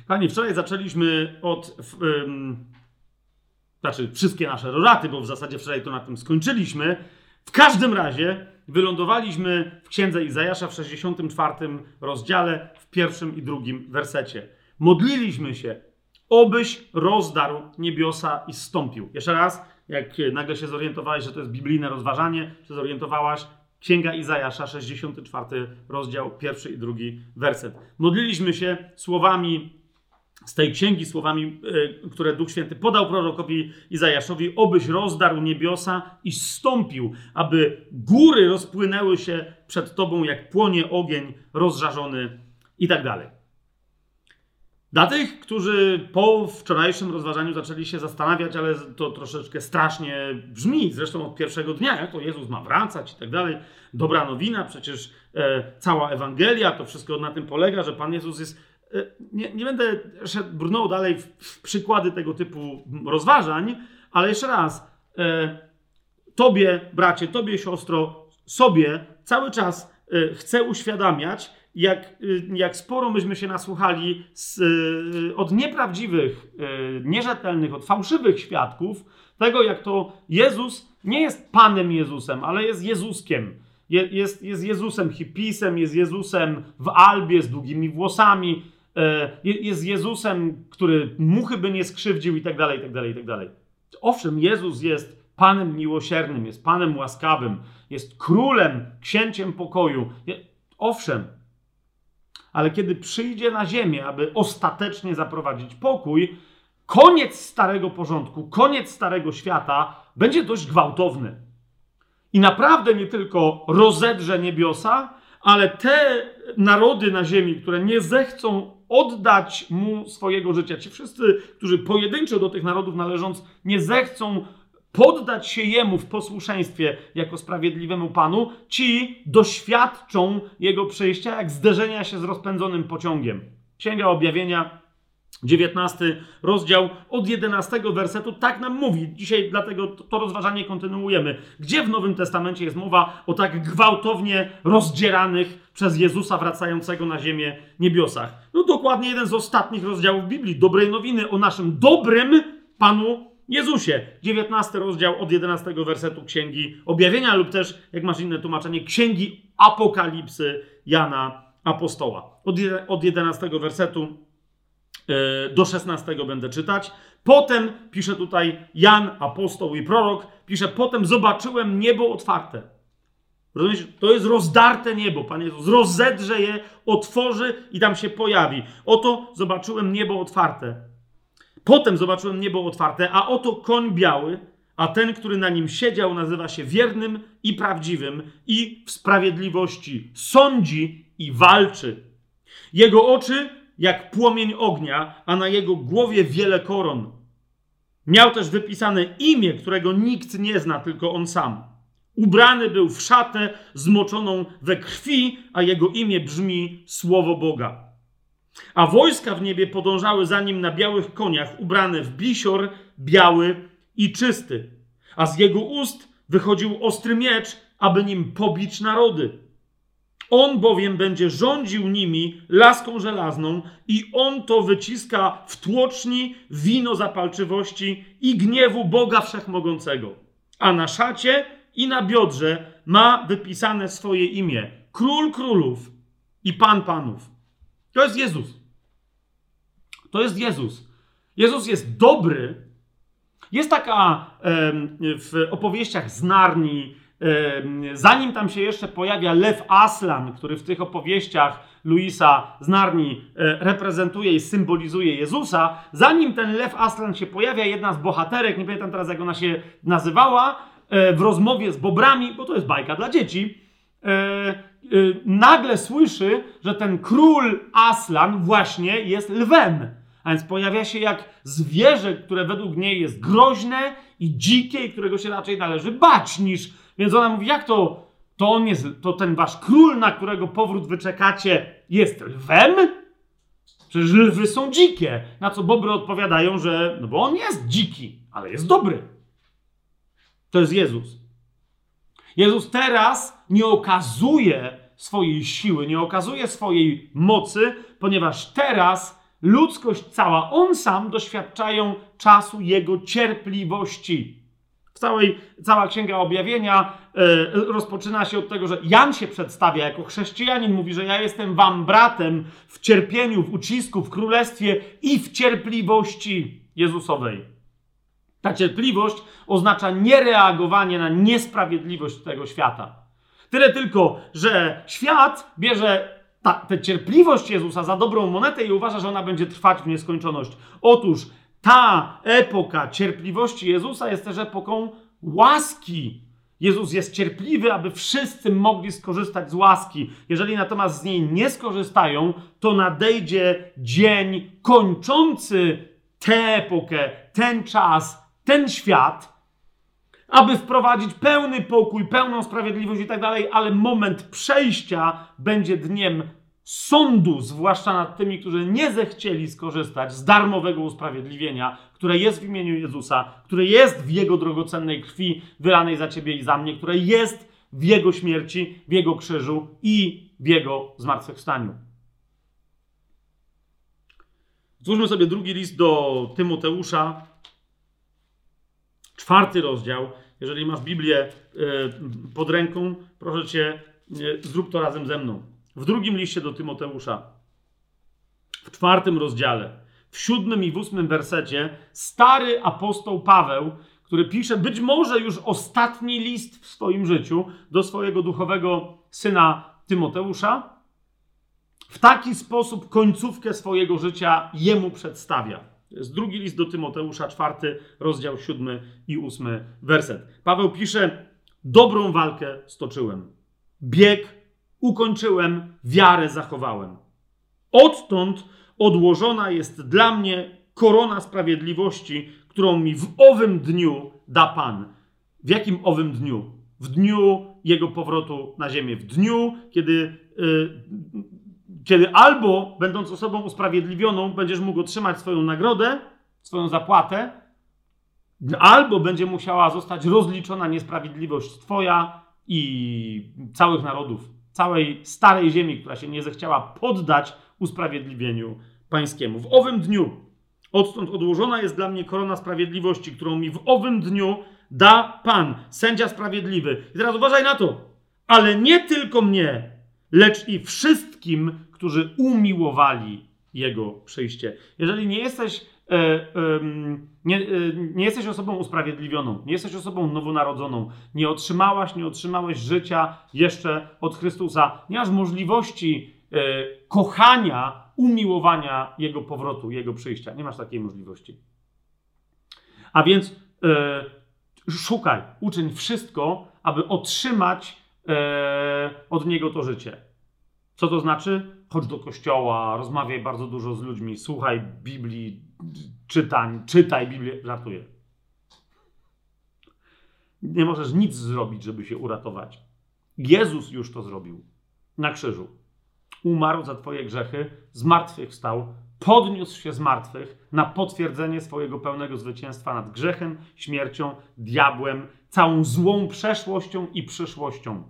Panie, wczoraj zaczęliśmy od... wszystkie nasze roraty, bo w zasadzie wczoraj to na tym skończyliśmy. W każdym razie wylądowaliśmy w Księdze Izajasza w 64 rozdziale, w 1 i 2 wersecie. Modliliśmy się, obyś rozdarł niebiosa i zstąpił. Jeszcze raz, jak nagle się zorientowałeś, że to jest biblijne rozważanie, się zorientowałaś, Księga Izajasza, 64 rozdział, 1 i 2 werset. Modliliśmy się słowami z tej księgi, słowami, które Duch Święty podał prorokowi Izajaszowi, obyś rozdarł niebiosa i zstąpił, aby góry rozpłynęły się przed Tobą, jak płonie ogień rozżarzony i tak dalej. Dla tych, którzy po wczorajszym rozważaniu zaczęli się zastanawiać, ale to troszeczkę strasznie brzmi, zresztą od pierwszego dnia, jak to Jezus ma wracać i tak dalej. Dobra nowina, przecież cała Ewangelia, to wszystko na tym polega, że Pan Jezus jest... Nie będę brnął dalej w przykłady tego typu rozważań, ale jeszcze raz, tobie, bracie, tobie, siostro, sobie cały czas chcę uświadamiać, jak sporo myśmy się nasłuchali od nieprawdziwych, nierzetelnych, od fałszywych świadków tego, jak to Jezus nie jest Panem Jezusem, ale jest Jezuskiem. Jest Jezusem hipisem, jest Jezusem w albie z długimi włosami, jest Jezusem, który muchy by nie skrzywdził i tak dalej, i tak dalej, i tak dalej. Owszem, Jezus jest Panem miłosiernym, jest Panem łaskawym, jest królem, księciem pokoju. Owszem, ale kiedy przyjdzie na ziemię, aby ostatecznie zaprowadzić pokój, koniec starego porządku, koniec starego świata będzie dość gwałtowny. I naprawdę nie tylko rozedrze niebiosa, ale te narody na ziemi, które nie zechcą oddać mu swojego życia, ci wszyscy, którzy pojedynczo do tych narodów należąc, nie zechcą poddać się jemu w posłuszeństwie jako sprawiedliwemu Panu, ci doświadczą jego przyjścia jak zderzenia się z rozpędzonym pociągiem. Księga Objawienia, 19 rozdział, od 11 wersetu tak nam mówi. Dzisiaj dlatego to rozważanie kontynuujemy. Gdzie w Nowym Testamencie jest mowa o tak gwałtownie rozdzieranych przez Jezusa wracającego na ziemię niebiosach? No dokładnie jeden z ostatnich rozdziałów Biblii, dobrej nowiny o naszym dobrym Panu Jezusie. 19 rozdział od 11 wersetu Księgi Objawienia lub też, jak masz inne tłumaczenie, Księgi Apokalipsy Jana Apostoła. Od 11 wersetu do 16 będę czytać. Potem, pisze tutaj Jan, apostoł i prorok, pisze, potem zobaczyłem niebo otwarte. Rozumiecie? To jest rozdarte niebo. Pan Jezus rozedrze je, otworzy i tam się pojawi. Oto zobaczyłem niebo otwarte. Potem zobaczyłem niebo otwarte, a oto koń biały, a ten, który na nim siedział, nazywa się wiernym i prawdziwym i w sprawiedliwości sądzi i walczy. Jego oczy jak płomień ognia, a na jego głowie wiele koron. Miał też wypisane imię, którego nikt nie zna, tylko on sam. Ubrany był w szatę zmoczoną we krwi, a jego imię brzmi Słowo Boga. A wojska w niebie podążały za nim na białych koniach, ubrane w bisior, biały i czysty. A z jego ust wychodził ostry miecz, aby nim pobić narody. On bowiem będzie rządził nimi laską żelazną i on to wyciska w tłoczni wino zapalczywości i gniewu Boga Wszechmogącego. A na szacie i na biodrze ma wypisane swoje imię. Król królów i Pan panów. To jest Jezus. To jest Jezus. Jezus jest dobry. Jest taka w opowieściach z Narni, zanim tam się jeszcze pojawia Lew Aslan, który w tych opowieściach Louisa z Narni reprezentuje i symbolizuje Jezusa, zanim ten Lew Aslan się pojawia, jedna z bohaterek, nie pamiętam teraz jak ona się nazywała, w rozmowie z bobrami, bo to jest bajka dla dzieci, nagle słyszy, że ten król Aslan właśnie jest lwem. A więc pojawia się jak zwierzę, które według niej jest groźne i dzikie i którego się raczej należy bać niż... Więc ona mówi, jak to on jest, to ten wasz król, na którego powrót wy czekacie, jest lwem? Przecież lwy są dzikie. Na co bobry odpowiadają, że no bo on jest dziki, ale jest dobry. To jest Jezus. Jezus teraz nie okazuje swojej siły, nie okazuje swojej mocy, ponieważ teraz ludzkość cała, on sam doświadczają czasu Jego cierpliwości. Cała Księga Objawienia rozpoczyna się od tego, że Jan się przedstawia jako chrześcijanin. Mówi, że ja jestem wam bratem w cierpieniu, w ucisku, w królestwie i w cierpliwości Jezusowej. Ta cierpliwość oznacza niereagowanie na niesprawiedliwość tego świata. Tyle tylko, że świat bierze tę cierpliwość Jezusa za dobrą monetę i uważa, że ona będzie trwać w nieskończoność. Otóż ta epoka cierpliwości Jezusa jest też epoką łaski. Jezus jest cierpliwy, aby wszyscy mogli skorzystać z łaski. Jeżeli natomiast z niej nie skorzystają, to nadejdzie dzień kończący tę epokę, ten czas, ten świat, aby wprowadzić pełny pokój, pełną sprawiedliwość i tak dalej, ale moment przejścia będzie dniem sądu, zwłaszcza nad tymi, którzy nie zechcieli skorzystać z darmowego usprawiedliwienia, które jest w imieniu Jezusa, które jest w Jego drogocennej krwi wylanej za ciebie i za mnie, które jest w Jego śmierci, w Jego krzyżu i w Jego zmartwychwstaniu. Otwórzmy sobie drugi list do Tymoteusza, 4 rozdział. Jeżeli masz Biblię pod ręką, proszę cię, zrób to razem ze mną. W drugim liście do Tymoteusza, w 4 rozdziale, w 7 i w 8 wersecie, stary apostoł Paweł, który pisze być może już ostatni list w swoim życiu do swojego duchowego syna Tymoteusza, w taki sposób końcówkę swojego życia jemu przedstawia. To jest drugi list do Tymoteusza, 4 rozdział, 7 i 8 werset. Paweł pisze: dobrą walkę stoczyłem, bieg ukończyłem, wiarę zachowałem. Odtąd odłożona jest dla mnie korona sprawiedliwości, którą mi w owym dniu da Pan. W jakim owym dniu? W dniu Jego powrotu na ziemię. W dniu, kiedy albo, będąc osobą usprawiedliwioną, będziesz mógł otrzymać swoją nagrodę, swoją zapłatę, albo będzie musiała zostać rozliczona niesprawiedliwość twoja i całych narodów, całej starej ziemi, która się nie zechciała poddać usprawiedliwieniu pańskiemu. W owym dniu, odtąd odłożona jest dla mnie korona sprawiedliwości, którą mi w owym dniu da Pan, sędzia sprawiedliwy. I teraz uważaj na to, ale nie tylko mnie, lecz i wszystkim, którzy umiłowali Jego przyjście. Jeżeli nie jesteś, nie jesteś osobą usprawiedliwioną, nie jesteś osobą nowonarodzoną, nie otrzymałeś życia jeszcze od Chrystusa, nie masz możliwości kochania, umiłowania Jego powrotu, Jego przyjścia. Nie masz takiej możliwości. A więc szukaj, uczyń wszystko, aby otrzymać od Niego to życie. Co to znaczy? Chodź do kościoła, rozmawiaj bardzo dużo z ludźmi, słuchaj Biblii, czytaj Biblię. Żartuję. Nie możesz nic zrobić, żeby się uratować. Jezus już to zrobił na krzyżu. Umarł za twoje grzechy, zmartwychwstał, podniósł się z martwych na potwierdzenie swojego pełnego zwycięstwa nad grzechem, śmiercią, diabłem, całą złą przeszłością i przyszłością.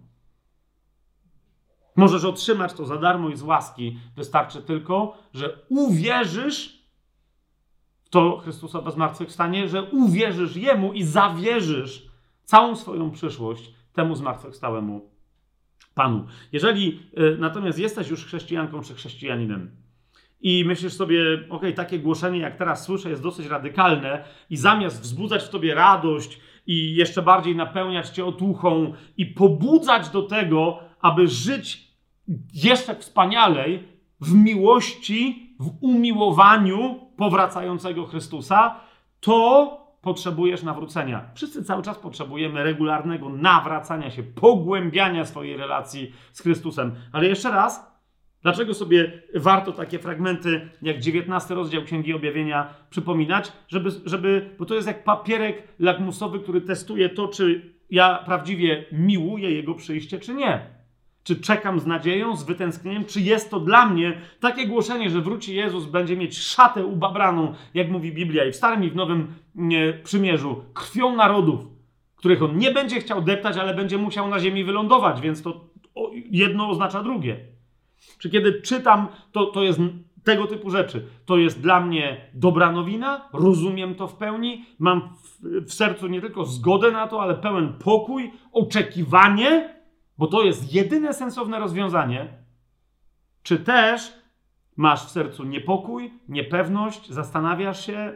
Możesz otrzymać to za darmo i z łaski. Wystarczy tylko, że uwierzysz w to Chrystusowe zmartwychwstanie, że uwierzysz Jemu i zawierzysz całą swoją przyszłość temu zmartwychwstałemu Panu. Jeżeli natomiast jesteś już chrześcijanką czy chrześcijaninem i myślisz sobie, takie głoszenie jak teraz słyszę jest dosyć radykalne i zamiast wzbudzać w tobie radość i jeszcze bardziej napełniać cię otuchą i pobudzać do tego, aby żyć jeszcze wspanialej w miłości, w umiłowaniu powracającego Chrystusa, to potrzebujesz nawrócenia. Wszyscy cały czas potrzebujemy regularnego nawracania się, pogłębiania swojej relacji z Chrystusem. Ale jeszcze raz, dlaczego sobie warto takie fragmenty jak 19 rozdział Księgi Objawienia przypominać? Bo to jest jak papierek lakmusowy, który testuje to, czy ja prawdziwie miłuję Jego przyjście, czy nie. Czy czekam z nadzieją, z wytęsknieniem, czy jest to dla mnie takie głoszenie, że wróci Jezus, będzie mieć szatę ubabraną, jak mówi Biblia, i w Starym i w Nowym Przymierzu, krwią narodów, których On nie będzie chciał deptać, ale będzie musiał na ziemi wylądować, więc to jedno oznacza drugie. Czy kiedy czytam, to jest tego typu rzeczy. To jest dla mnie dobra nowina, rozumiem to w pełni, mam w sercu nie tylko zgodę na to, ale pełen pokój, oczekiwanie, bo to jest jedyne sensowne rozwiązanie. Czy też masz w sercu niepokój, niepewność, zastanawiasz się?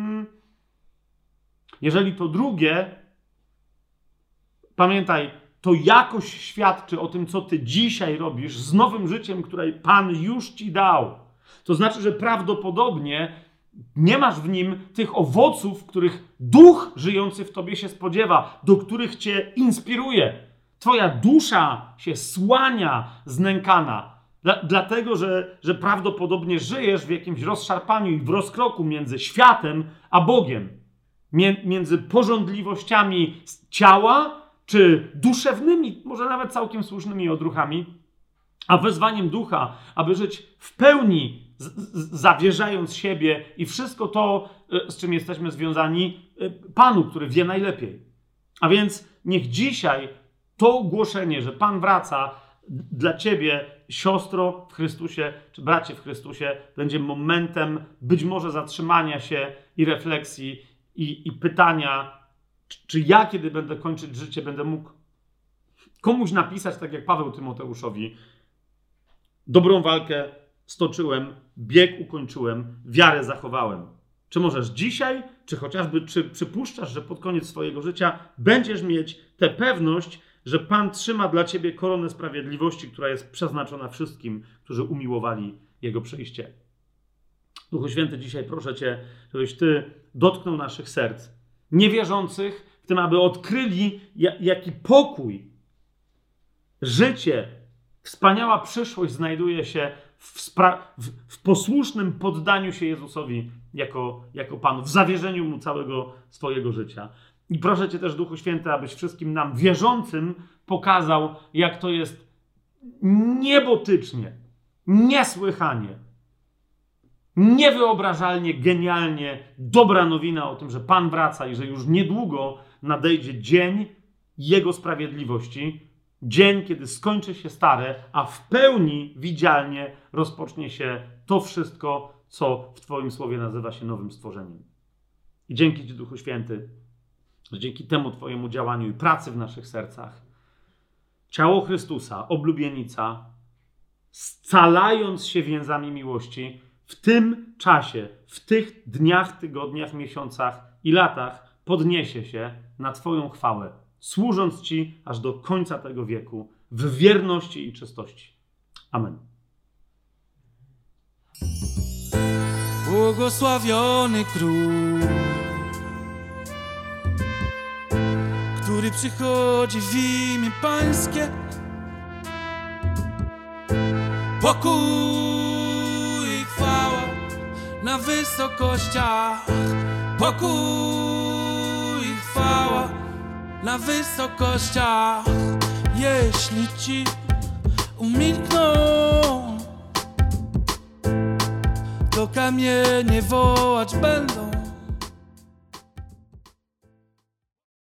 Jeżeli to drugie, pamiętaj, to jakoś świadczy o tym, co ty dzisiaj robisz z nowym życiem, które Pan już ci dał. To znaczy, że prawdopodobnie nie masz w nim tych owoców, których duch żyjący w tobie się spodziewa, do których cię inspiruje. Twoja dusza się słania znękana. Dlatego, że prawdopodobnie żyjesz w jakimś rozszarpaniu i w rozkroku między światem a Bogiem. Między pożądliwościami ciała, czy duszewnymi, może nawet całkiem słusznymi odruchami, a wezwaniem ducha, aby żyć w pełni, zawierzając siebie i wszystko to, z czym jesteśmy związani, Panu, który wie najlepiej. A więc niech dzisiaj to ogłoszenie, że Pan wraca, dla ciebie, siostro w Chrystusie, czy bracie w Chrystusie, będzie momentem być może zatrzymania się i refleksji i pytania, czy ja, kiedy będę kończyć życie, będę mógł komuś napisać, tak jak Paweł Tymoteuszowi: dobrą walkę stoczyłem, bieg ukończyłem, wiarę zachowałem. Czy możesz dzisiaj, czy chociażby, czy przypuszczasz, że pod koniec swojego życia będziesz mieć tę pewność, że Pan trzyma dla ciebie koronę sprawiedliwości, która jest przeznaczona wszystkim, którzy umiłowali Jego przyjście. Duchu Święty, dzisiaj proszę Cię, żebyś Ty dotknął naszych serc niewierzących, w tym, aby odkryli, jaki pokój, życie, wspaniała przyszłość znajduje się w posłusznym poddaniu się Jezusowi jako Panu, w zawierzeniu Mu całego swojego życia. I proszę Cię też, Duchu Święty, abyś wszystkim nam wierzącym pokazał, jak to jest niebotycznie, niesłychanie, niewyobrażalnie, genialnie dobra nowina o tym, że Pan wraca i że już niedługo nadejdzie dzień Jego sprawiedliwości, dzień, kiedy skończy się stare, a w pełni widzialnie rozpocznie się to wszystko, co w Twoim słowie nazywa się nowym stworzeniem. I dzięki Ci, Duchu Święty, że dzięki temu Twojemu działaniu i pracy w naszych sercach ciało Chrystusa, oblubienica, scalając się więzami miłości, w tym czasie, w tych dniach, tygodniach, miesiącach i latach podniesie się na Twoją chwałę, służąc Ci aż do końca tego wieku w wierności i czystości. Amen. Błogosławiony Król, który przychodzi w imię Pańskie. Pokój i chwała na wysokościach. Pokój i chwała na wysokościach. Jeśli ci umilkną, to kamienie wołać będą.